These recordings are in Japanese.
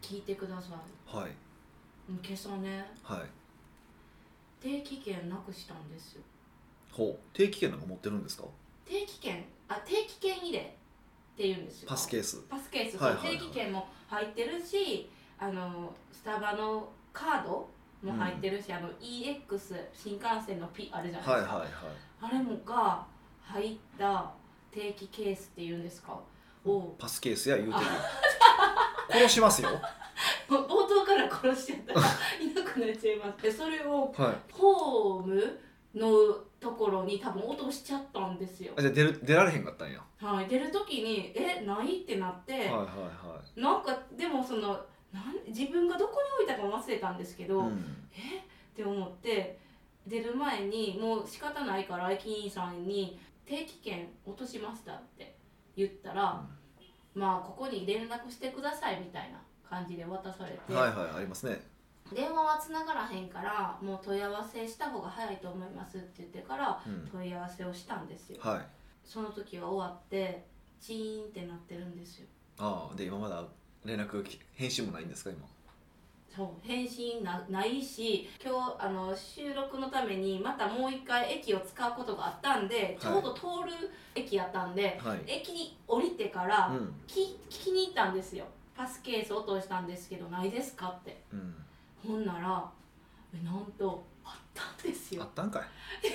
聞いてください。 はい今朝ね、 はい。 定期券なくしたんですよ。 ほう、定期券なんか持ってるんですか？ 定期券入れって言うんですよ。 パスケース。 パスケース、 はいはいはい定期券も入ってるし、スタバのカードも入ってるし、EX 新幹線のピあるじゃないですか、 はいはいはい。 あれもが入った定期ケースっていうんですかをパスケースや言うてるよ。殺しますよ。 冒頭から殺しちゃったらいなくなっちゃいます。でそれをはい。 ホームのところに多分落としちゃったんですよ。 じゃあ出られへんかったんや。 はい、出る時にないってなって、 はいはいはなんかでも自分がどこに置いたかも忘れたんですけど、 い。 って思って出る前にもう仕方ないから駅員さんに定期券落としましたって言ったら、まあここに連絡してくださいみたいな感じで渡されて、 はいはい、ありますね。 電話は繋がらへんからもう問い合わせした方が早いと思いますって言ってから問い合わせをしたんですよ。 はい。 その時は終わってチーンってなってるんですよ。 ああ、で今まだ連絡返信もないんですか今？ そう返信ないし、今日収録のためにまたもう一回駅を使うことがあったんで、ちょうど通る駅やったんで、 はい。 駅に降りてからうん聞きに行ったんですよ。パスケース落としたんですけどないですかって。 うん。 ほんならなんとあったんですよ。 あったんかい。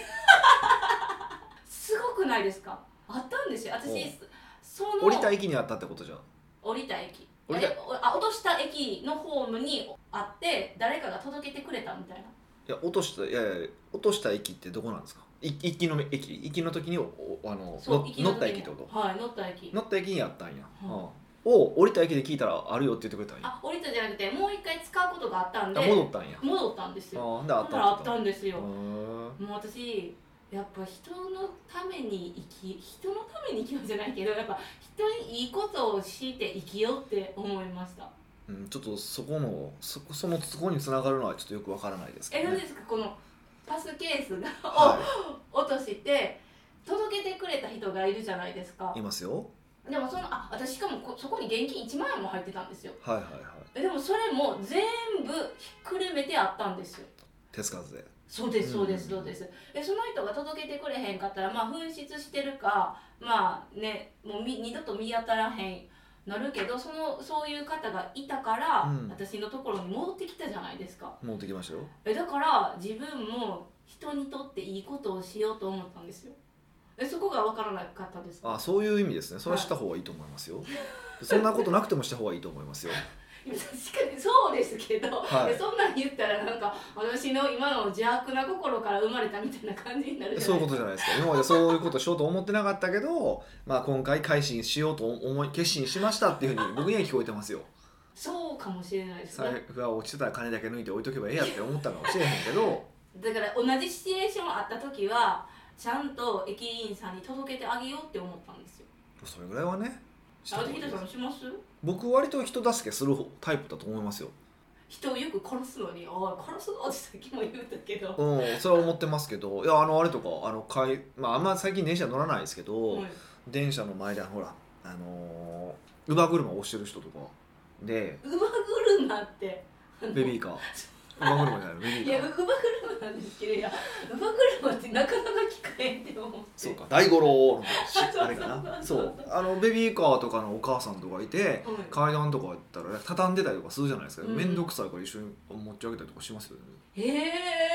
すごくないですか？あったんですよ。私降りた駅にあったってことじゃん。 降りた駅降りた落とした駅のホームにあって誰かが届けてくれたみたいな。 いや落とした駅ってどこなんですか？行きの時に乗った駅ってこと？ はい乗った駅にあったんや。 はを降りた駅で聞いたらあるよって言ってくれたんや。 降りたじゃなくてもう一回使うことがあったんで戻ったんや。 戻ったんですよ。 であだからあったんですよ。 うもう私やっぱ人のために生きようじゃないけど、やっぱ人にいいことをして生きようって思いました。 ちょっとそこにつながるのはちょっとよくわからないですけどね。 何ですかこのパスケースを、 は落として届けてくれた人がいるじゃないですか。 いますよ。 でも私しかもそこに現金1万円も入ってたんですよ。 はいはいはい。 でもそれも全部ひっくるめてあったんですよ。 手つかずで。 そうですそうですそうです。でその人が届けてくれへんかったら紛失してるかまあねもう二度と見当たらへんなるけど、そういう方がいたから、私のところに戻ってきたじゃないですか。 戻ってきましたよ。 だから自分も人にとっていいことをしようと思ったんですよ。そこが分からなかったですか？ そういう意味ですね。それはした方がいいと思いますよ。そんなことなくてもした方がいいと思いますよ。 確かにそうですけど、 はい、 そんなん言ったらなんか私の今の邪悪な心から生まれたみたいな感じになるじゃないですか。 そういうことじゃないですか。今までそういうことしようと思ってなかったけど、今回改心しようと決心しましたっていうふうに僕には聞こえてますよ。 そうかもしれないですね。 財布が落ちてたら金だけ抜いて置いとけばええやって思ったかもしれへんけど、 だから同じシチュエーションあった時はちゃんと駅員さんに届けてあげようって思ったんですよ。 それぐらいはね。 あれ、ヒデさんします？ 僕割と人助けするタイプだと思いますよ。 人をよく殺すのに殺すのってさっきも言ったけど、 それは思ってますけど、いやあれとかあんま最近電車乗らないですけど、電車の前でほら乳母車を押してる人とかで、 乳母車ってベビーカー乳母車じゃないベビーカー。 いや乳母車なんですけど、いや乳母車ってなかなか聞かへんって思って。 そうか、大五郎のあれかな。そうベビーカーとかのお母さんとかいて、階段とか行ったら畳んでたりとかするじゃないですか。面倒くさいから一緒に持ち上げたりとかしますよね。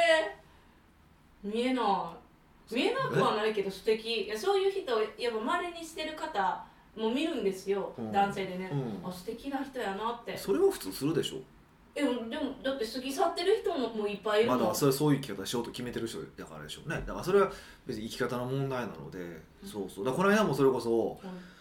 見えなくはないけど素敵。いやそういう人やっぱ稀にしてる方も見るんですよ、男性でね。素敵な人やなって。 それは普通するでしょ。 でもだって過ぎ去ってる人もいっぱいいるもん。 だからそういう生き方しようと決めてる人だからでしょうね。だからそれは別に生き方の問題なので、だからこの間もそれこそ、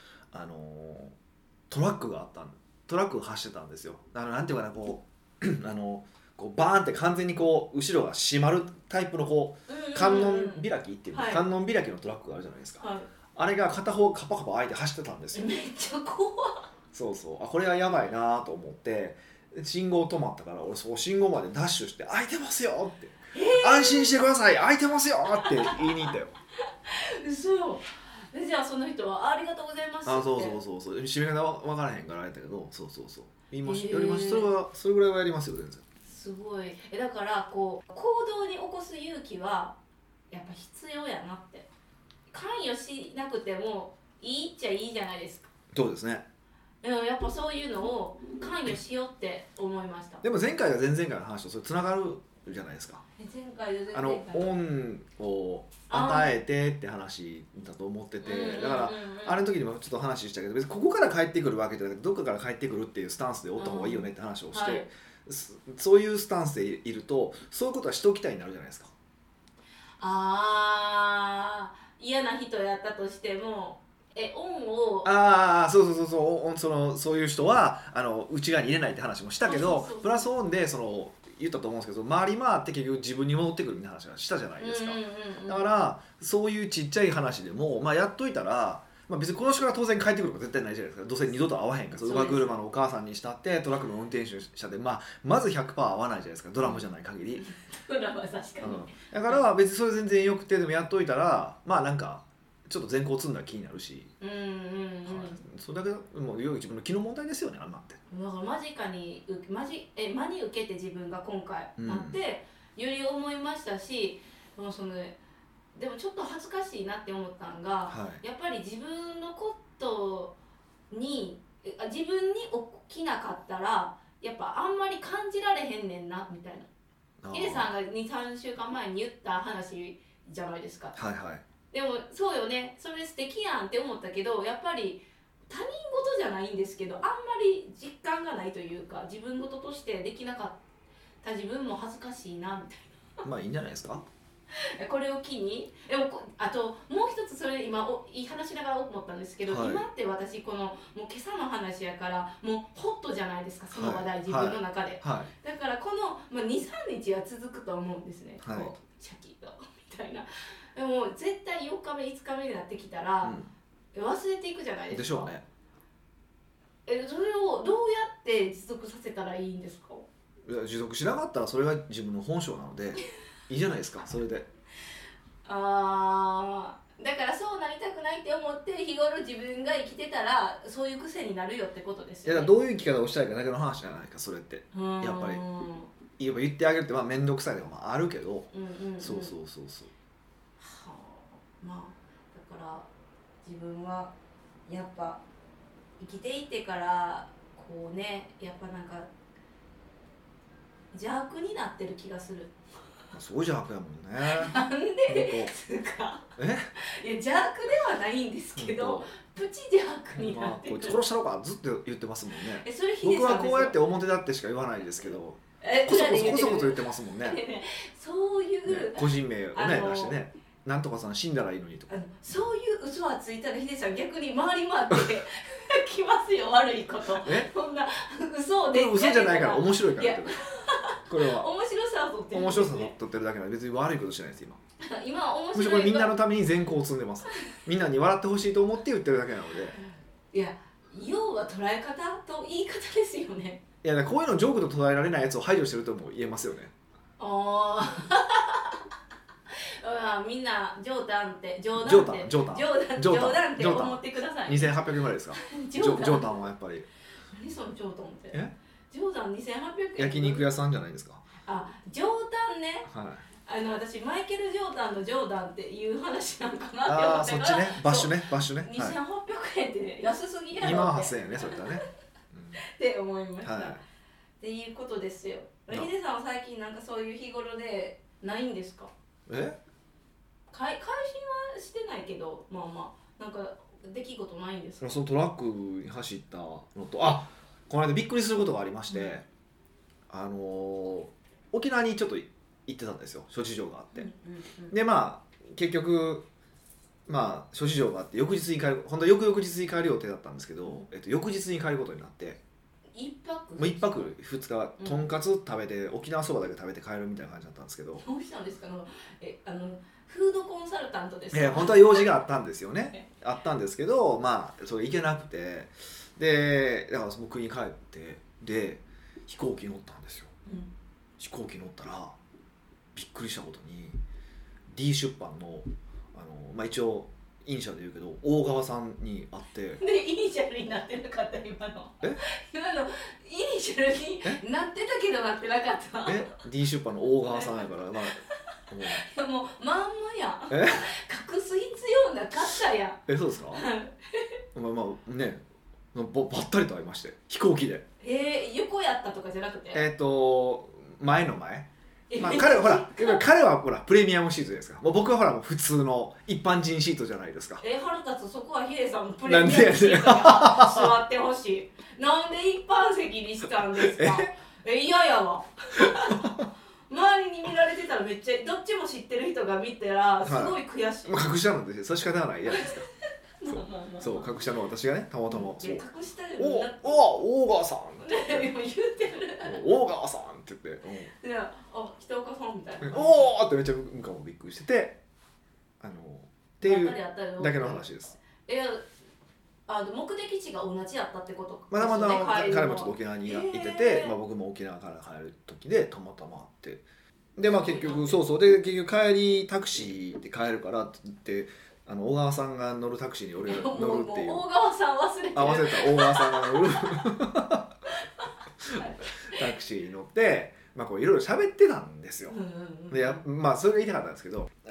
トラックが走ってたんですよ。なんていうかな、こうバーンって完全にこう後ろが閉まるタイプの観音開きっていう、観音開きのトラックがあるじゃないですか。あれが片方カパカパ開いて走ってたんですよ。 めっちゃ怖っ。 これはやばいなと思って、信号止まったから俺信号までダッシュして「開いてますよ!」って「安心してください開いてますよ!」って言いに行ったよ。 嘘。じゃあその人は「ありがとうございます」って。 そう閉め方分からへんからあれだけど、 言いましたやりましたそれぐらいはやりますよ全然。 すごい。だからこう行動に起こす勇気はやっぱ必要やなって。関与しなくてもいいっちゃいいじゃないですか。 そうですね。 やっぱそういうのを関与しようって思いました。 でも前回が前々回の話とそれつながるじゃないですか。 前回で前々回恩を与えてって話だと思ってて、だからあれの時にもちょっと話したけど別にここから帰ってくるわけじゃなくてどっかから帰ってくるっていうスタンスでおった方がいいよねって話をして、はい、そういうスタンスでいるとそういうことはしておきたいになるじゃないですか。 嫌な人やったとしても恩をそういう人は内側に入れないって話もしたけど、プラスオンで言ったと思うんですけど回り回って結局自分に戻ってくるみたいな話はしたじゃないですか。だからそういうちっちゃい話でも、やっといたら、別にこの人が当然帰ってくること絶対ないじゃないですか。どうせ二度と会わへんから乳母車のお母さんにしたってトラックの運転手者で、まず 100% 会わないじゃないですか、ドラマじゃない限り。 ドラマ確かに、 だから別にそれ全然よくてでもやっといたらなんかちょっと善行積んだら気になるし、それだけもう自分の気の問題ですよね、あんなって。 だから真に受けて自分が今回なって、より思いましたし、でもちょっと恥ずかしいなって思ったのが、やっぱり自分のことに自分に起きなかったらやっぱあんまり感じられへんねんなみたいな。ヒデさんが 2,3 週間前に言った話じゃないですか。でもそうよね、それ素敵やんって思ったけど、やっぱり他人事じゃないんですけど、あんまり実感がないというか、自分事としてできなかった自分も恥ずかしいなみたいな。 いいんじゃないですか。 これを機に。でもあともう一つ、それ今話しながら思ったんですけど、今って私もう今朝の話やからもうホットじゃないですか、その話題、自分の中で、だからこの、2,3 日は続くと思うんですね、こうシャキッとみたいな。でも絶対4日目5日目になってきたら、忘れていくじゃないですか。でしょうね。それをどうやって持続させたらいいんですか。 持続しなかったらそれが自分の本性なのでいいじゃないですか、それで。 だからそうなりたくないって思って日頃自分が生きてたらそういう癖になるよってことですよね。 どういう生き方をしたいかだけの話じゃないか、それって。やっぱり言ってあげるって面倒くさいのがあるけど、そうだから自分はやっぱ生きていってからこうね、やっぱなんか邪悪になってる気がする。 すごい邪悪やもんね。 なんでですか。いや邪悪ではないんですけど、プチ邪悪になってる。 こいつ殺したろかずっと言ってますもんね。 それヒデさんですよ。 僕はこうやって表立ってしか言わないですけど、こそこそ言ってますもんね。 そういう個人名をね出してね、なんとかさん死んだらいいのにとか。 そういう嘘はついたらヒデさん逆に回り回ってきますよ、悪いこと。そんな嘘で。 嘘じゃないから面白いからって。これは面白さを取ってる。 面白さを取ってるだけなので別に悪いことしないです今。 今は面白い。 むしろこれみんなのために善行を積んでます。みんなに笑ってほしいと思って言ってるだけなので。 いや、要は捉え方と言い方ですよね。 いや、こういうのジョークと捉えられないやつを排除してるとも言えますよね。 みんな冗談って冗談って思ってください。 2800円ぐらいですか。冗談はやっぱり。 何その冗談って。冗談2800円。 焼肉屋さんじゃないですか。 冗談ね。私マイケル・ジョーダンの冗談っていう話なんかなって思ったから。 そっちね、バッシュね。 2800円ってね、安すぎやろって。 今は8000円ね、それだね。 って思いました。っていうことですよ。ヒデさんは最近なんかそういう日頃でないんですか。改心はしてないけど、なんか出来事ないんですか。 そのトラックに走ったのと、この間びっくりすることがありまして、沖縄にちょっと行ってたんですよ、諸事情があって。で結局諸事情があって翌日に帰る、本当は翌々日に帰る予定だったんですけど、翌日に帰ることになって、1泊2日とんかつ食べて沖縄そばだけ食べて帰るみたいな感じだったんですけど。 どうしたんですか。フードコンサルタントですか。 本当は用事があったんですよね。あったんですけど、それ行けなくて、でだからその国に帰ってで飛行機乗ったんですよ。飛行機乗ったらびっくりしたことに D 出版の一応イニシャルで言うけど大川さんに会ってでイニシャルになってなかった今の今のイニシャルになってたけどなってなかった。 D 出版の大川さんやからまあいやもうまんまやん。隠す必要なかったやん。 そうですかまあねばったりと会いまして飛行機で横やったとかじゃなくて前の前彼はほらプレミアムシートですか。もう僕はほらもう普通の一般人シートじゃないですか。 腹立つ。そこはヒデさんもプレミアムシートに座ってほしい。なんで一般席にしたんですか。嫌やわ周りに見られてたらめっちゃどっちも知ってる人が見たらすごい悔しい、 隠したのでそれ仕方がないじゃないですかそう隠したの私がねたまたま隠したよ大川さん言ってる大川さんって言って、 いや北岡さんみたいなおーってめっちゃ向こうもびっくりしててっていうだけの話です。 目的地が同じやったってことまだまだ彼もちょっと沖縄にいてて、僕も沖縄から帰る時でたまたま会ってで結局で結局帰りタクシーで帰るからって言って小川さんが乗るタクシーに俺が乗るっていう大川さん忘れてる忘れた大川さんが乗るタクシーに乗ってこういろいろ喋ってたんですよ。でそれが言いたかったんですけど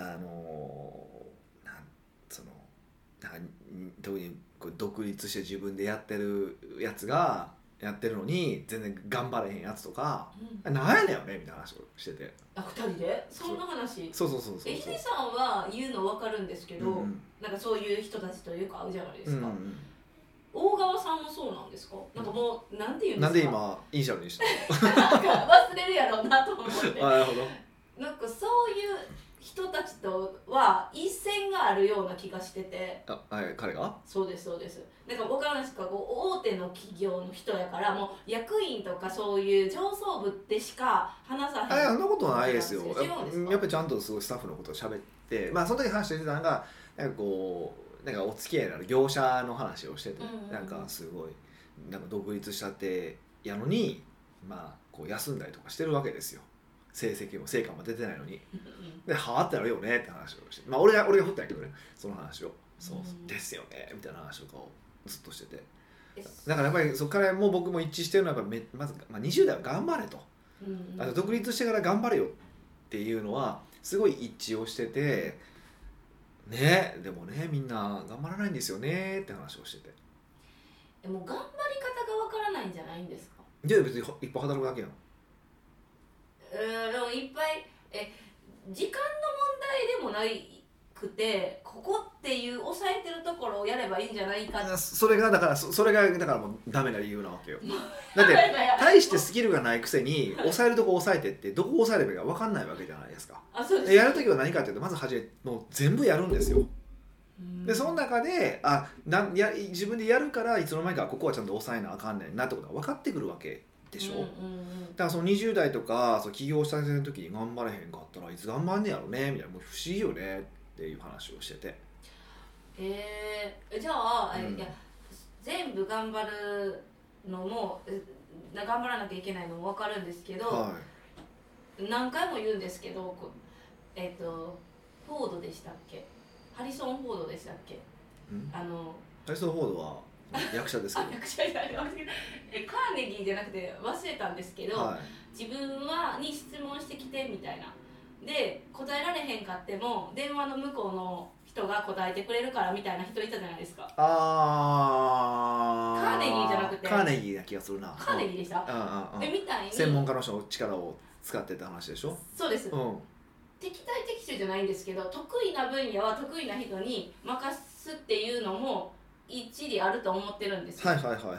特に独立して自分でやってるやつがやってるのに全然頑張れへんやつとか、なんやねんよねみたいな話をしてて 2人でそんな話そうヒデさんは言うの分かるんですけど、なんかそういう人たちとよく会うじゃないですか、大川さんもそうなんですか。なんかもうなんて言うんですか。 なんで今イニシャルにしたのなんか忘れるやろうなと思ってなるほど。 なんかそういう人たちとは一線があるような気がしてて。 彼がそうですなんか分からないですか。大手の企業の人やからもう役員とかそういう上層部でしか話さへん。 そんなことないですよ。やっぱりちゃんとすごいスタッフのことを喋ってその時話してたのがなんかお付き合いのある業者の話をしてて、なんかすごいなんか独立したってやのに休んだりとかしてるわけですよ。成果も出てないのにではあってなるよねって話をして、俺が振ったんやけどねその話をですよねみたいな話とかをずっとしてて、だからやっぱりそこからもう僕も一致してるのはやっぱまず、20代は頑張れと、独立してから頑張れよっていうのはすごい一致をしててね。でもねみんな頑張らないんですよねって話をしてて、 でも頑張り方がわからないんじゃないんですか。 いや別にいっぱい働くだけやん。 でもいっぱい時間の問題でもないくてここっていう抑えてるところをやればいいんじゃないか。 それがだからもうダメな理由なわけよ。だって大してスキルがないくせに抑えるとこ抑えてってどこ抑えればいいか分かんないわけじゃないですか。 そうです。 やるときは何かっていうとまず初めもう全部やるんですよ。でその中で自分でやるからいつの間にかここはちゃんと抑えなあかんねんなってことが分かってくるわけでしょ。だからその20代とか起業したての時に頑張れへんかったらいつ頑張んねやろねみたいな、もう不思議よねっていう話をしてて、 じゃあ、いや全部頑張るのも頑張らなきゃいけないのも分かるんですけど、何回も言うんですけどフォードでしたっけ、ハリソン・フォードでしたっけ、 ハリソン・フォードは役者ですけど役者じゃないカーネギーじゃなくて忘れたんですけど、自分に質問してきてみたいなで答えられへんかっても電話の向こうの人が答えてくれるからみたいな人いたじゃないですか。カーネギーじゃなくてカーネギーな気がするな。 カーネギーでした、みたいに専門家の人の力を使ってた話でしょ。 そうです、敵対的中じゃないんですけど得意な分野は得意な人に任すっていうのも一理あると思ってるんですよ。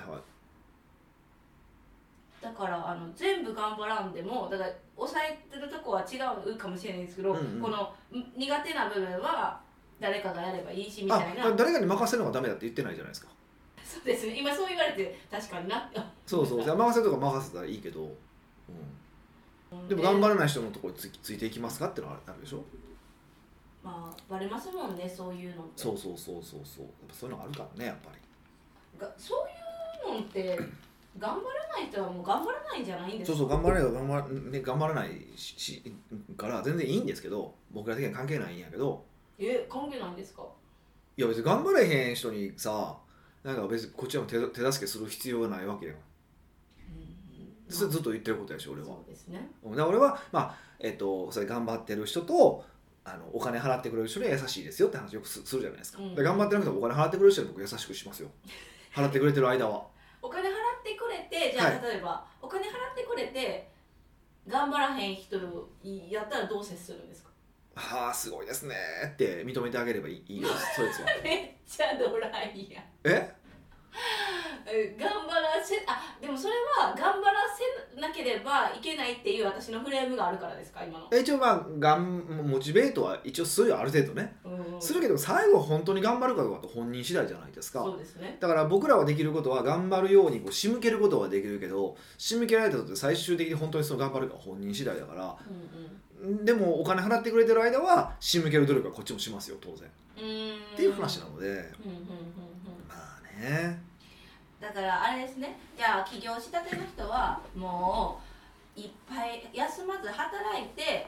だから全部頑張らんでもだから抑えてるとこは違うかもしれないですけど、この苦手な部分は誰かがやればいいしみたいな。 誰かに任せるのがダメだって言ってないじゃないですか。 そうですね、今そう言われて確かになってそう任せるとか任せたらいいけど、でも頑張らない人のところについていきますかってのはあるでしょ。 バレますもんねそういうのって。 そうやっぱそういうのがあるからねやっぱり。 そういうのって頑張らない人はもう頑張らないんじゃないんですか。 頑張らないしから全然いいんですけど、僕ら的には関係ないんやけど。 関係ないんですか。 いや別に頑張れへん人にさなんか別にこっちらも手助けする必要がないわけよ、ずっと言ってることやし俺は。 そうですね。 だから俺はまあそれ頑張ってる人とお金払ってくれる人には優しいですよって話よくするじゃないですか、で頑張ってなくてもお金払ってくれる人に僕優しくしますよ払ってくれてる間は。 お金払ってくれてじゃあ、例えばお金払ってくれて頑張らへん人やったらどう接するんですか？ はあすごいですねって認めてあげればいいよそうですよめっちゃドライやえ頑張らせでもそれは頑張らせなければいけないっていう私のフレームがあるからですか今の。 一応モチベートは一応するよある程度ね、するけど最後本当に頑張るかどうかと本人次第じゃないですか。 そうですね。 だから僕らはできることは頑張るように仕向けることはできるけど仕向けられたとって最終的に本当にその頑張るかは本人次第だから、でもお金払ってくれてる間は仕向ける努力はこっちもしますよ当然っていう話なので、まあねだからあれですね、じゃあ起業したての人はもういっぱい休まず働いて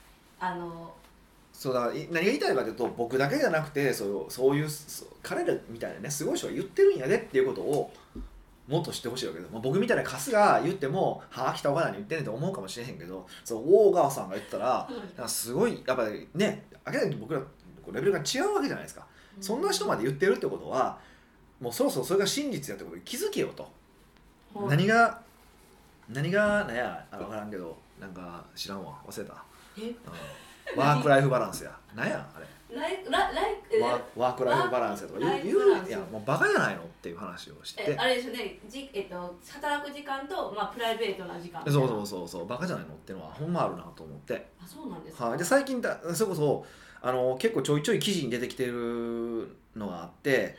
そうだ何が言いたいかというと僕だけじゃなくてそういう彼らみたいなねすごい人が言ってるんやでっていうことをもっと知ってほしいわけど、僕みたいなカスが言ってもはあ北岡田に言ってんねんと思うかもしれへんけど大川さんが言ったらなんかすごいやっぱりね明らかに僕らレベルが違うわけじゃないですか、そんな人まで言ってるってことはもうそろそろそれが真実やってことに気づけよと、何が何や分からんけどなんか知らんわ忘れたワークライフバランスや何やあれワークライフバランスやとか言ういやもうバカじゃないのっていう話をしてあれですよね働く時間と、プライベートな時間そうバカじゃないのっていうのはほんまあるなと思って。 そうなんですか。 で最近それこそ結構ちょいちょい記事に出てきてるのがあって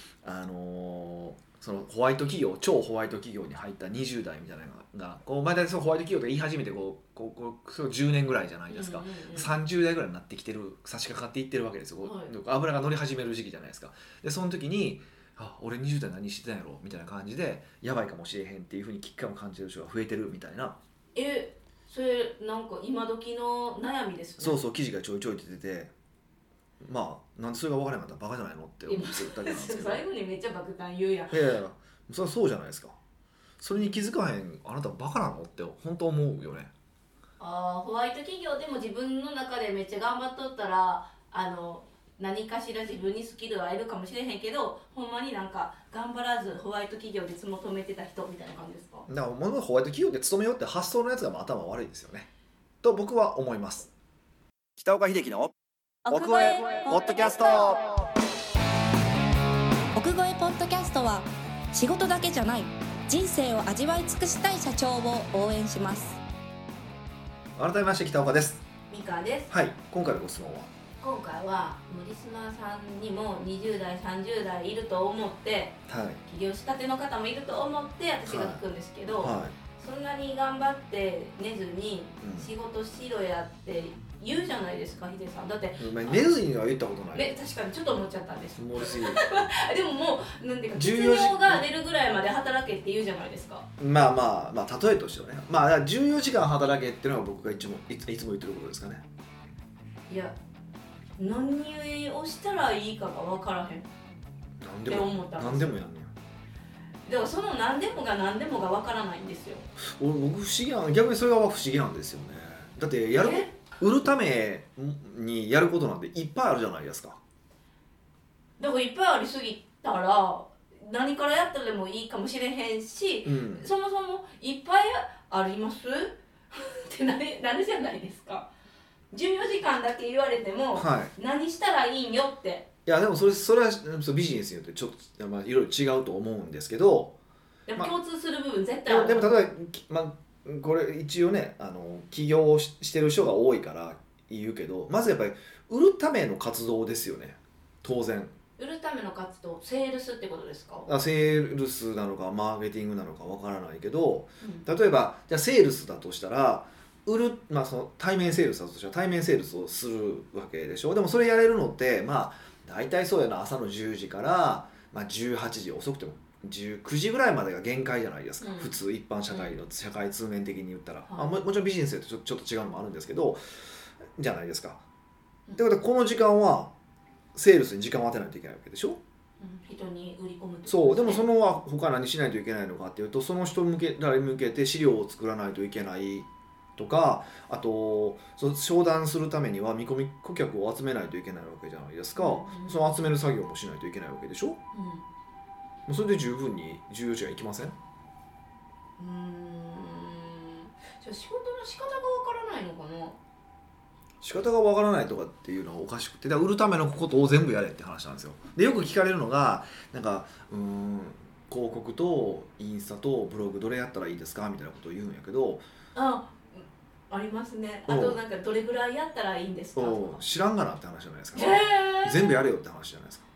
そのホワイト企業超ホワイト企業に入った20代みたいなのが前々そのホワイト企業と言い始めてそう10年ぐらいじゃないですか、30代ぐらいになってきてる差し掛かっていってるわけですよ、油が乗り始める時期じゃないですか。でその時に俺20代何してたんやろみたいな感じでやばいかもしれへんっていうふうに危機感を感じる人が増えてるみたいな。 それなんか今時の悩みですね。 そう記事がちょいちょい出ててなんでそれが分からなかったらバカじゃないのって思ってただけなんですけど最後にめっちゃ爆弾言うやん。 いやそれはそうじゃないですか。それに気づかへんあなたバカなのって本当思うよね。 ホワイト企業でも自分の中でめっちゃ頑張っとったら何かしら自分にスキルは得るかもしれへんけどほんまになんか頑張らずホワイト企業で勤めてた人みたいな感じですか。 だからホワイト企業で勤めようって発想のやつが頭悪いですよねと僕は思います。北岡秀樹の奥越えポッドキャスト。 奥越えポッドキャストは仕事だけじゃない人生を味わい尽くしたい社長を応援します。 改めまして北岡です。 美香です。 はい、今回のご質問は今回はリスナーさんにも20代30代いると思って、起業したての方もいると思って私が聞くんですけど、そんなに頑張って寝ずに仕事しろやって言うじゃないですか、ヒデさん。だって寝ずには言ったことない。 確かにちょっと思っちゃったんです。 もうでももうなんていうか必要が出るぐらいまで働けって言うじゃないですか。 まあ例えとしてはね、14時間働けっていうのが僕がいつも言ってることですかね。 いや何をしたらいいかが分からへんって思ったんです。 何でもやんねん。でもその何でもが何でもが分からないんですよ。 僕不思議な逆にそれが不思議なんですよね。だって売るためにやることなんていっぱいあるじゃないですか。 だからいっぱいありすぎたら何からやったらでもいいかもしれへんし、そもそもいっぱいありますってなるじゃないですか。14時間だけ言われても、何したらいいんよって。 いやでもそれはビジネスによってちょっといろいろ違うと思うんですけど、 でも共通する部分絶対ある。 でも例えば、これ一応ね起業をしてる人が多いから言うけど、まずやっぱり売るための活動ですよね当然。 売るための活動、セールスってことですか。 セールスなのかマーケティングなのかわからないけど、例えばじゃあセールスだとしたらその対面セールスだとしたら対面セールスをするわけでしょ。でもそれやれるのって大体そうやな、朝の10時から、18時、遅くても19時ぐらいまでが限界じゃないですか、普通一般社会通念的に言ったら、もちろんビジネスでちょっと違うのもあるんですけどじゃないですか。ってことはこの時間はセールスに時間を当てないといけないわけでしょ。 人に売り込むってことですね。 そうでもその他何しないといけないのかっていうと、その人らに向けて資料を作らないといけないとか、あと商談するためには見込み顧客を集めないといけないわけじゃないですか、その集める作業もしないといけないわけでしょ、それで十分に14時間いきません？ じゃあ仕事の仕方がわからないのかな。 仕方がわからないとかっていうのはおかしくて、だから売るためのことを全部やれって話なんですよ。でよく聞かれるのがなんか広告とインスタとブログどれやったらいいですかみたいなことを言うんやけど、 ありますね。あとなんかどれぐらいやったらいいんですかとか知らんがなって話じゃないですか、全部やれよって話じゃないですか。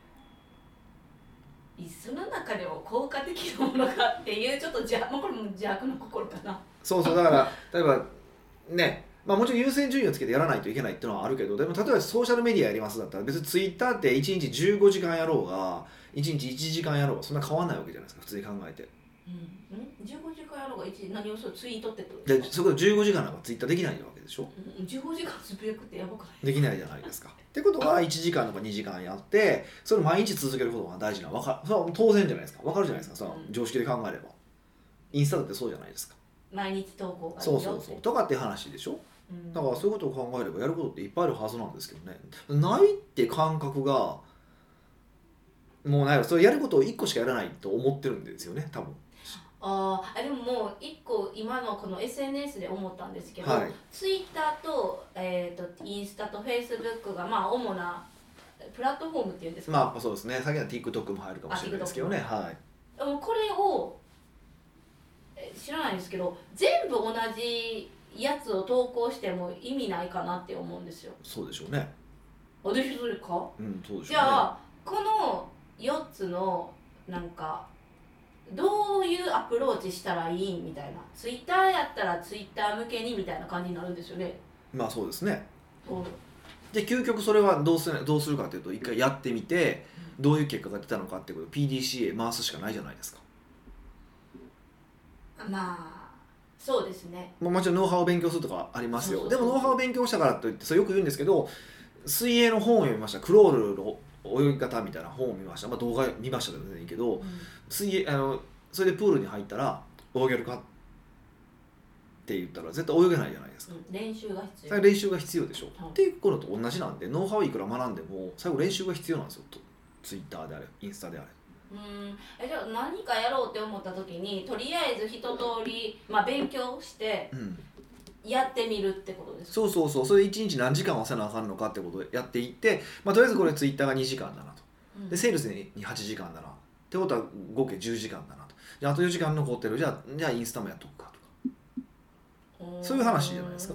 その中でも効果的なものがっていうちょっとこれも邪悪の心かな。 そうだから例えばね、もちろん優先順位をつけてやらないといけないっていうのはあるけど、でも例えばソーシャルメディアやりますだったら別にツイッターって1日15時間やろうが1日1時間やろうがそんな変わんないわけじゃないですか、普通に考えて。 15時間やろうが何をツイートってことですか。そこで15時間なんかツイッターできないわけでしょ。 15時間つぶやくってやばくない？ できないじゃないですか。ってことは1時間とか2時間やってそれを毎日続けることが大事なそれは当然じゃないですか。分かるじゃないですか、その常識で考えれば。インスタだってそうじゃないですか。 毎日投稿がいいよってそうとかっていう話でしょ。だからそういうことを考えればやることっていっぱいあるはずなんですけどね、ないって感覚がもうないわ。それやることを1個しかやらないと思ってるんですよね、多分。 でももう1個今のこの SNS で思ったんですけど、 はい、 ツイッターと、インスタとフェイスブックが主なプラットフォームっていうんですか。 そうですね。先は TikTok も入るかもしれないですけどね。はい。 でもこれを知らないんですけど全部同じやつを投稿しても意味ないかなって思うんですよ。 そうでしょうね。 私それか、 そうでしょうね。 じゃあこの4つのなんかどういうアプローチしたらいいみたいな、ツイッターやったらツイッター向けにみたいな感じになるんですよね。 そうですね。で究極それはどうするかというと一回やってみてどういう結果が出たのかっていうことを PDCA 回すしかないじゃないですか。 そうですね。 もちろんノウハウを勉強するとかありますよ。でもノウハウを勉強したからといってそれよく言うんですけど、水泳の本を読みました、クロールの泳ぎ方みたいな本を見ました、動画見ましたでも全然いいけど、水泳それでプールに入ったら泳げるかって言ったら絶対泳げないじゃないですか、 練習が必要。 練習が必要でしょ、っていうことと同じなんで、ノウハウいくら学んでも最後練習が必要なんですよ。ツイッターであれインスタであれ。 じゃあ何かやろうって思った時にとりあえず一通り、勉強してやってみるってことですか。 そうそれで1日何時間はせなあかんのかってことをやっていって、とりあえずこれツイッターが2時間だなと、でセールスに8時間だなってことは合計10時間だなと、じゃああと4時間残ってる、じゃあインスタもやっとくかとか、そういう話じゃないですか。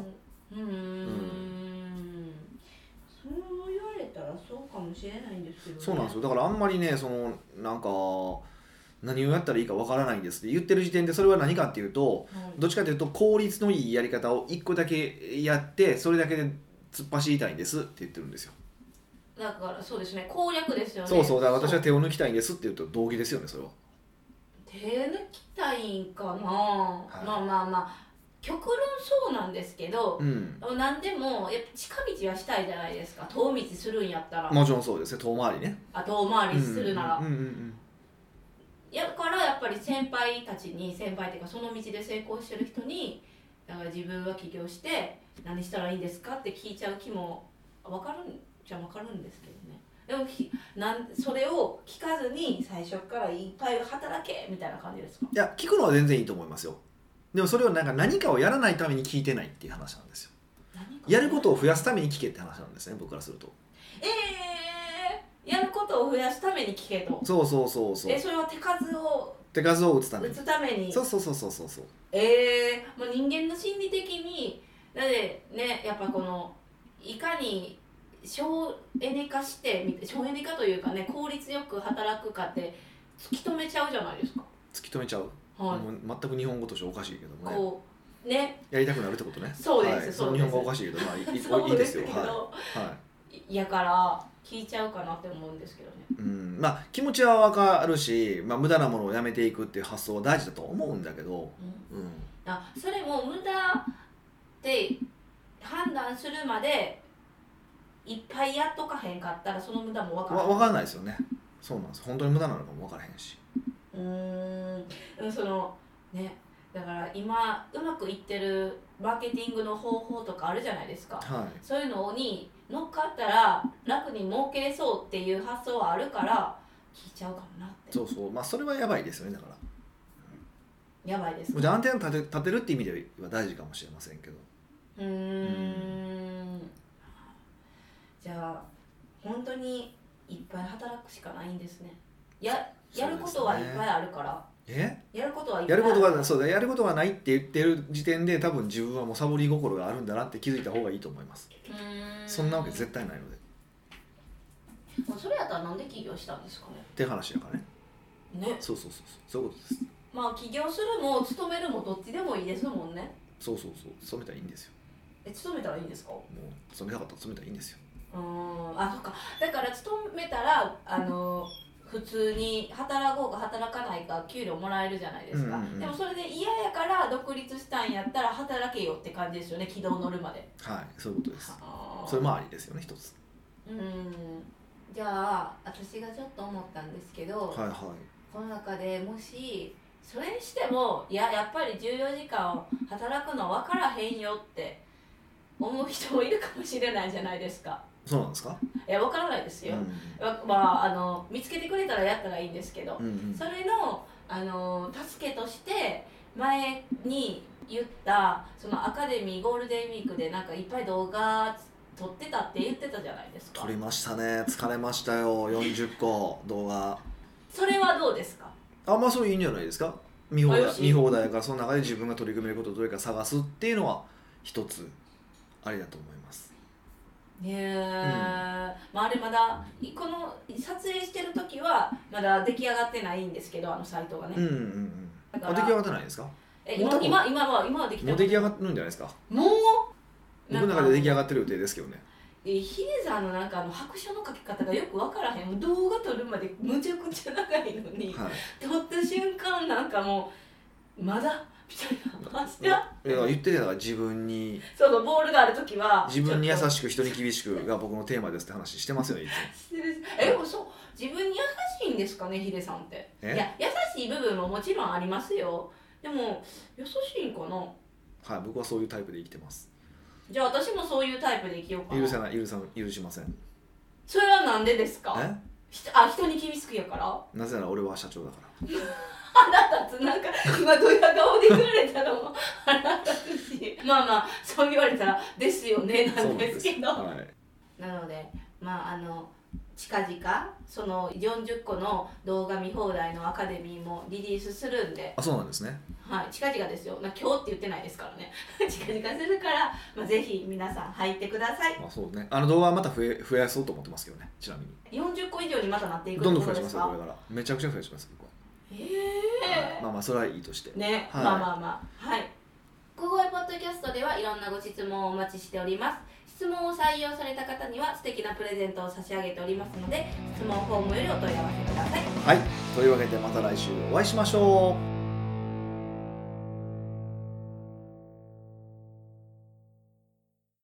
そう言われたらそうかもしれないんですけどね。 そうなんですよ。だからあんまりねなんか何をやったらいいかわからないんですって言ってる時点でそれは何かっていうと、どっちかというと効率のいいやり方を1個だけやってそれだけで突っ走りたいんですって言ってるんですよ。 だからそうですね、攻略ですよね。 だから私は手を抜きたいんですって言うと同義ですよね、それは。 手抜きたいんかな、極論そうなんですけど、何でもやっぱ近道はしたいじゃないですか、遠道するんやったら。 もちろんそうですね、遠回りね。 遠回りするなら。やからやっぱり先輩っていうかその道で成功してる人に、だから自分は起業して何したらいいんですかって聞いちゃう気も分かるんじゃ分かるんですけどね。でもそれを聞かずに最初からいっぱい働けみたいな感じですか。 いや聞くのは全然いいと思いますよ。でもそれを何かをやらないために聞いてないっていう話なんですよ。やることを増やすために聞けって話なんですね、僕からすると。 やることを増やすために聞けと。 そうそれは手数を打つために。そうもう人間の心理的にだってね、やっぱこのいかに省エネ化して省エネ化というかね、効率よく働くかって突き止めちゃうじゃないですか。 突き止めちゃう、もう全く日本語としておかしいけどもね、 やりたくなるってことね。 そうです、 その日本語おかしいけど、いいですよ。 やから聞いちゃうかなって思うんですけどね。 気持ちはわかるし、無駄なものをやめていくっていう発想は大事だと思うんだけど、 それも無駄って判断するまでいっぱいやっとかへんかったらその無駄も分からないですよね。そうなんです。本当に無駄なのかも分からへんし。 そのね、だから今うまくいってるマーケティングの方法とかあるじゃないですか、 はい、 そういうのに乗っかったら楽に儲けれそうっていう発想はあるから聞いちゃうかもなって。 そうそう、まあそれはやばいですよね。だから、 やばいですか。 じゃあアンテナ立てるって意味では大事かもしれませんけど。 じゃあ本当にいっぱい働くしかないんですね。やることはいっぱいあるから。やることはいっぱいある。 やることがないって言ってる時点で多分自分はもうサボり心があるんだなって気づいた方がいいと思います。そんなわけ絶対ないので。 それやったらなんで起業したんですかねって話やからね。そういうことです。 まあ起業するも勤めるもどっちでもいいですもんね。 そう勤めたらいいんですよ。 勤めたらいいんですか。 もう勤めたかったら勤めたらいいんですよ。 そっか。だから勤めたら普通に働こうか働かないか給料もらえるじゃないですか、でもそれで嫌やから独立したんやったら働けよって感じですよね。軌道乗るまで。 はい、そういうことです。それもありですよね、一つ。 じゃあ私がちょっと思ったんですけど、この中でもしそれにしてもやっぱり14時間を働くの分からへんよって思う人もいるかもしれないじゃないですか。 そうなんですか。 分からないですよ、見つけてくれたらやったらいいんですけど、それの、助けとして前に言ったそのアカデミーゴールデンウィークでなんかいっぱい動画撮ってたって言ってたじゃないですか。 撮りましたね。疲れましたよ。40個動画。 それはどうですか。 まあそれいいんじゃないですか。見放題やから、その中で自分が取り組めることをどれか探すっていうのは一つありだと思います。 あれまだこの撮影してる時はまだ出来上がってないんですけど、サイトがね。 出来上がってないですか。 今はできた。 もう出来上がってるんじゃないですか。 もう僕の中で出来上がってる予定ですけどね。 ヒデさんのなんか白書の書き方がよく分からへん。動画撮るまでむちゃくちゃ長いのに、撮った瞬間なんかもうまだみたいな。 言ってるのは自分にボールがある時は自分に優しく人に厳しくが僕のテーマですって話してますよね、いつも。 でも自分に優しいんですかね、ヒデさんって。いや、優しい部分ももちろんありますよ。でも優しいんかな。 はい、僕はそういうタイプで生きてます。 じゃあ私もそういうタイプで生きようかな。 許しません。 それはなんでですか。人に厳しくやから。 なぜなら俺は社長だから。 腹立つ。なんか今ドヤ顔で言われたのも腹立つし、まあそう言われたらですよねなんですけど、なので近々その40個の動画見放題のアカデミーもリリースするんで。 そうなんですね。 はい、近々ですよ。今日って言ってないですからね。近々するから、ぜひ皆さん入ってください。 そうね。動画はまた増やそうと思ってますけどね。ちなみに。 40個以上にまたなっていくどんどん増やしますよ、これから。めちゃくちゃ増やします、僕は。それはいいとしてね。はい。小声ポッドキャストではいろんなご質問をお待ちしております。質問を採用された方には素敵なプレゼントを差し上げておりますので、質問フォームよりお問い合わせください。 はい。というわけでまた来週お会いしましょう。